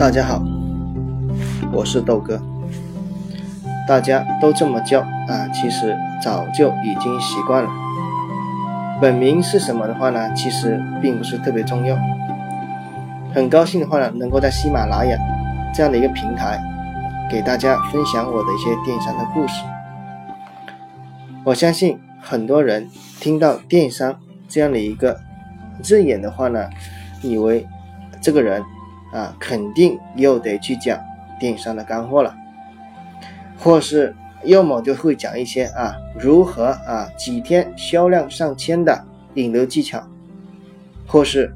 大家好，我是豆哥。大家都这么叫啊，其实早就已经习惯了。本名是什么的话呢，其实并不是特别重要。很高兴的话呢，能够在喜马拉雅这样的一个平台给大家分享我的一些电商的故事。我相信很多人听到电商这样的一个字眼的话呢，以为这个人肯定又得去讲电商的干货了，或是要么就会讲一些如何几天销量上千的引流技巧，或是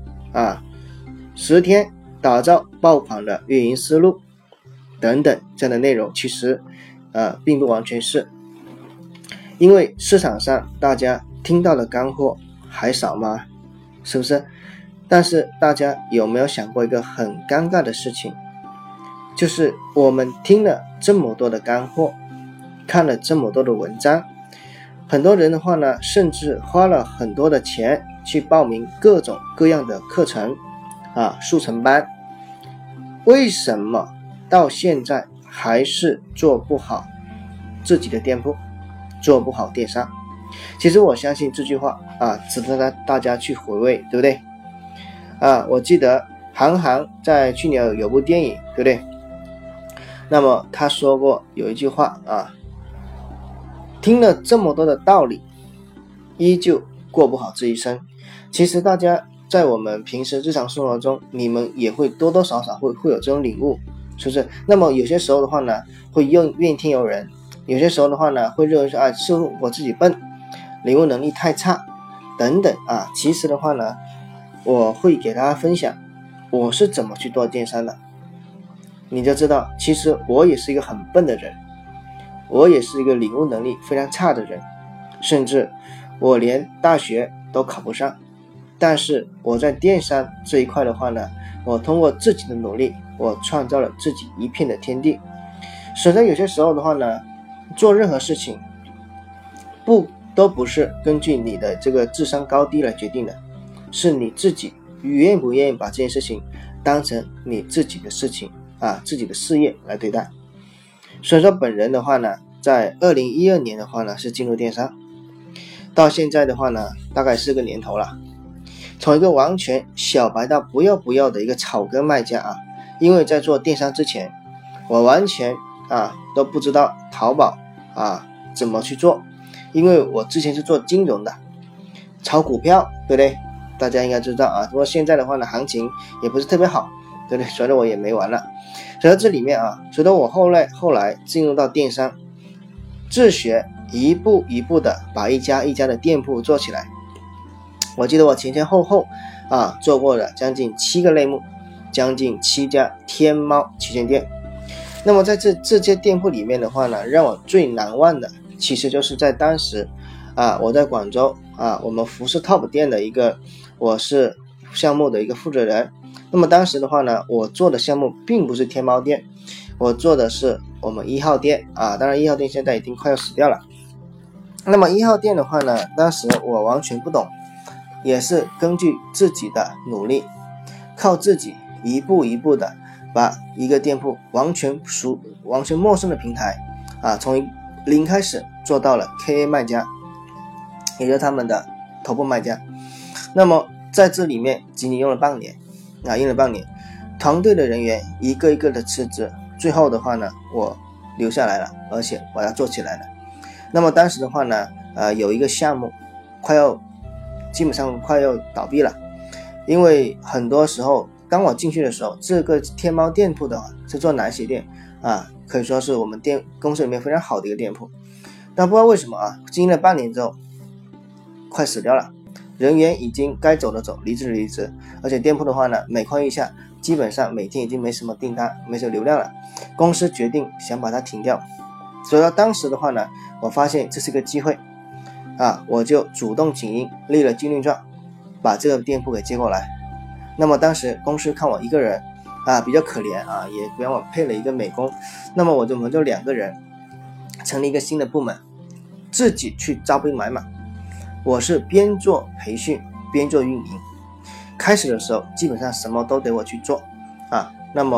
10天打造爆款的运营思路等等这样的内容。其实并不完全是，因为市场上大家听到的干货还少吗？是不是？但是大家有没有想过一个很尴尬的事情，就是我们听了这么多的干货，看了这么多的文章，很多人的话呢，甚至花了很多的钱去报名各种各样的课程速成班，为什么到现在还是做不好自己的店铺，做不好电商？其实我相信这句话值得大家去回味，对不对？我记得韩寒在去年有部电影，对不对？那么他说过有一句话听了这么多的道理，依旧过不好这一生。其实大家在我们平时日常生活中，你们也会多多少少会有这种领悟，是不是？那么有些时候的话呢，会怨天尤人，有些时候的话呢，会认为说是我自己笨，领悟能力太差等等其实的话呢，我会给大家分享我是怎么去做电商的，你就知道其实我也是一个很笨的人，我也是一个领悟能力非常差的人，甚至我连大学都考不上。但是我在电商这一块的话呢，我通过自己的努力，我创造了自己一片的天地。所以有些时候的话呢，做任何事情都不是根据你的这个智商高低来决定的，是你自己愿不愿意把这件事情当成你自己的事情自己的事业来对待。所以说本人的话呢，在2012年的话呢是进入电商，到现在的话呢大概是个年头了。从一个完全小白到不要的一个草根卖家因为在做电商之前，我完全都不知道淘宝怎么去做，因为我之前是做金融的，炒股票，对不对？大家应该知道不过现在的话呢，行情也不是特别好，对不对？所以我也没玩了。所以这里面所以我后来进入到电商，自学一步一步的把一家一家的店铺做起来。我记得我前后做过了将近7个类目，将近7家天猫旗舰店。那么在这些店铺里面的话呢，让我最难忘的其实就是在当时我在广州我们服饰 top 店的我是项目的一个负责人。那么当时的话呢，我做的项目并不是天猫店，我做的是我们1号店当然1号店现在已经快要死掉了。那么1号店的话呢，当时我完全不懂，也是根据自己的努力，靠自己一步一步的把一个店铺完全陌生的平台从零开始做到了 KA 卖家，也就是他们的头部卖家。那么在这里面仅仅用了半年团队的人员一个一个的辞职，最后的话呢，我留下来了，而且把它做起来了。那么当时的话呢有一个项目基本上快要倒闭了，因为很多时候当我进去的时候，这个天猫店铺的话是做男鞋店可以说是我们公司里面非常好的一个店铺。但不知道为什么经历了半年之后快死掉了，人员已经该走的走，离职的离职，而且店铺的话呢每况愈下，基本上每天已经没什么订单，没什么流量了，公司决定想把它停掉。所以说当时的话呢，我发现这是个机会我就主动请缨，立了军令状，把这个店铺给接过来。那么当时公司看我一个人比较可怜也不让我配了一个美工，那么我们就2个人成立一个新的部门，自己去招兵买马。我是边做培训边做运营，开始的时候基本上什么都得我去做那么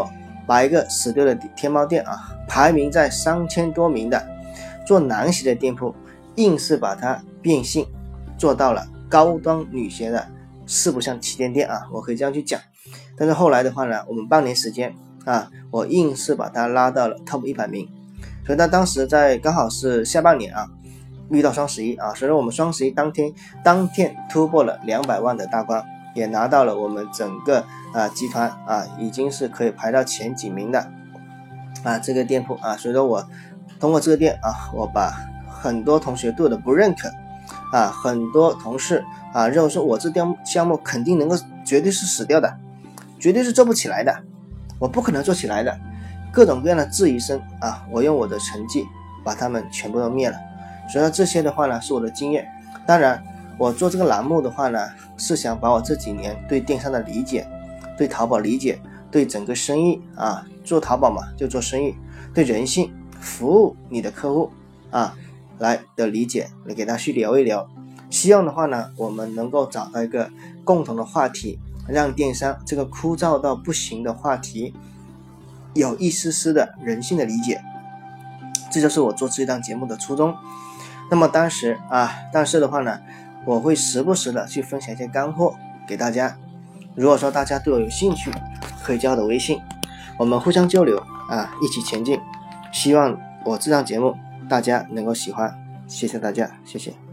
把一个死丢的天猫店排名在3000多名的做男鞋的店铺，硬是把它变性，做到了高端女鞋的四不像旗舰店我可以这样去讲。但是后来的话呢，我们半年时间我硬是把它拉到了 top 100名。所以它当时刚好是下半年遇到双11所以我们双11当天突破了200万的大关，也拿到了我们整个集团已经是可以排到前几名的这个店铺所以说我通过这个店我把很多同学对我的不认可很多同事认为说我这项目肯定能够绝对是死掉的，绝对是做不起来的，我不可能做起来的，各种各样的质疑声我用我的成绩把他们全部都灭了。所以说这些的话呢是我的经验。当然我做这个栏目的话呢，是想把我这几年对电商的理解，对淘宝理解，对整个生意做淘宝嘛就做生意，对人性服务你的客户来的理解来给大家去聊一聊。希望的话呢，我们能够找到一个共同的话题，让电商这个枯燥到不行的话题有一丝丝的人性的理解，这就是我做这档节目的初衷。那么但是的话呢，我会时不时的去分享一些干货给大家。如果说大家对我有兴趣，可以加我的微信，我们互相交流一起前进。希望我这档节目大家能够喜欢，谢谢大家，谢谢。